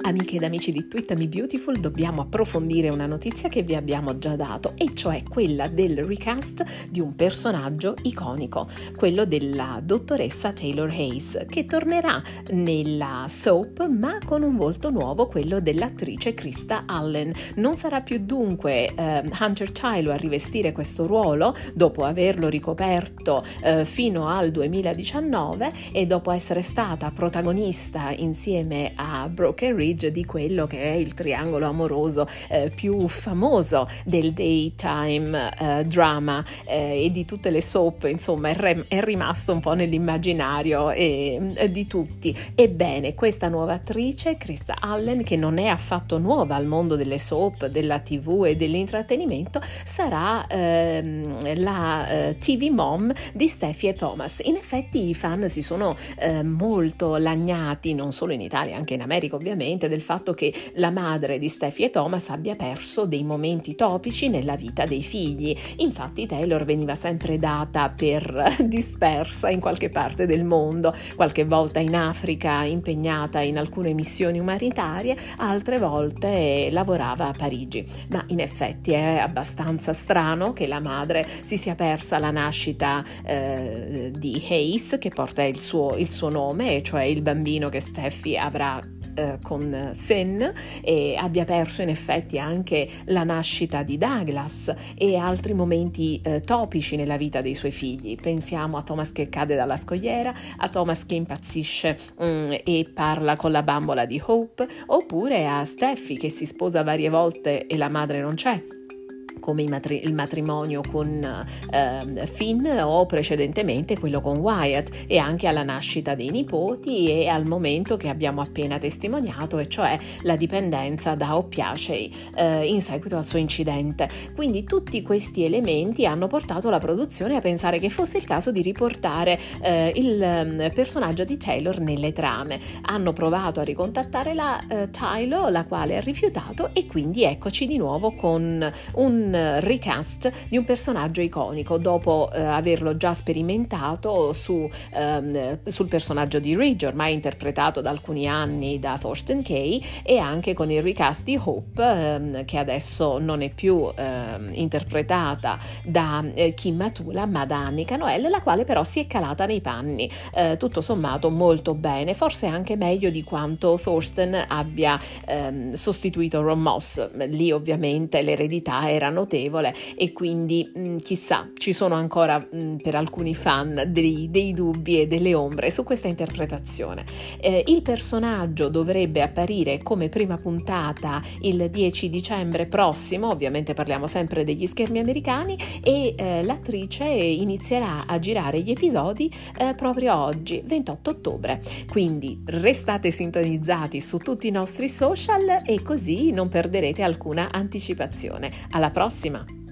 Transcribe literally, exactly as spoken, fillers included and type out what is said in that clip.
Amiche ed amici di Tweet Me Beautiful, dobbiamo approfondire una notizia che vi abbiamo già dato, e cioè quella del recast di un personaggio iconico, quello della dottoressa Taylor Hayes, che tornerà nella soap ma con un volto nuovo, quello dell'attrice Krista Allen. Non sarà più dunque eh, Hunter Tylo a rivestire questo ruolo dopo averlo ricoperto eh, fino al duemiladiciannove e dopo essere stata protagonista insieme a Broken Ridge di quello che è il triangolo amoroso eh, più famoso del daytime eh, drama eh, e di tutte le soap. Insomma, è, re- è rimasto un po' nell'immaginario eh, di tutti. Ebbene, questa nuova attrice, Krista Allen, che non è affatto nuova al mondo delle soap, della tivù e dell'intrattenimento, sarà ehm, la eh, T V mom di Steffi e Thomas. In effetti i fan si sono eh, molto lagnati, non solo in Italia, anche in America ovviamente, del fatto che la madre di Steffi e Thomas abbia perso dei momenti topici nella vita dei figli. Infatti Taylor veniva sempre data per dispersa in qualche parte del mondo, qualche volta in Africa impegnata in alcune missioni umanitarie, altre volte lavorava a Parigi. Ma in effetti è abbastanza strano che la madre si sia persa la nascita eh, di Hayes, che porta il suo, il suo nome, cioè il bambino che Steffi avrà Uh, con Finn, e abbia perso in effetti anche la nascita di Douglas e altri momenti uh, topici nella vita dei suoi figli. Pensiamo a Thomas che cade dalla scogliera, a Thomas che impazzisce um, e parla con la bambola di Hope, oppure a Steffi che si sposa varie volte e la madre non c'è, come il matrimonio con eh, Finn, o precedentemente quello con Wyatt, e anche alla nascita dei nipoti e al momento che abbiamo appena testimoniato, e cioè la dipendenza da oppiacei eh, in seguito al suo incidente. Quindi tutti questi elementi hanno portato la produzione a pensare che fosse il caso di riportare eh, il um, personaggio di Taylor nelle trame. Hanno provato a ricontattare la uh, Tylo, la quale ha rifiutato, e quindi eccoci di nuovo con un recast di un personaggio iconico, dopo eh, averlo già sperimentato su, ehm, sul personaggio di Ridge, ormai interpretato da alcuni anni da Thorsten Kaye, e anche con il recast di Hope, ehm, che adesso non è più ehm, interpretata da eh, Kim Matula ma da Annika Noelle, la quale però si è calata nei panni eh, tutto sommato molto bene, forse anche meglio di quanto Thorsten abbia ehm, sostituito Ron Moss. Lì ovviamente l'eredità era notevole e quindi mh, chissà, ci sono ancora mh, per alcuni fan dei, dei dubbi e delle ombre su questa interpretazione. Eh, il personaggio dovrebbe apparire come prima puntata il dieci dicembre prossimo, ovviamente parliamo sempre degli schermi americani, e eh, l'attrice inizierà a girare gli episodi eh, proprio oggi, ventotto ottobre, quindi restate sintonizzati su tutti i nostri social e così non perderete alcuna anticipazione. Alla prossima!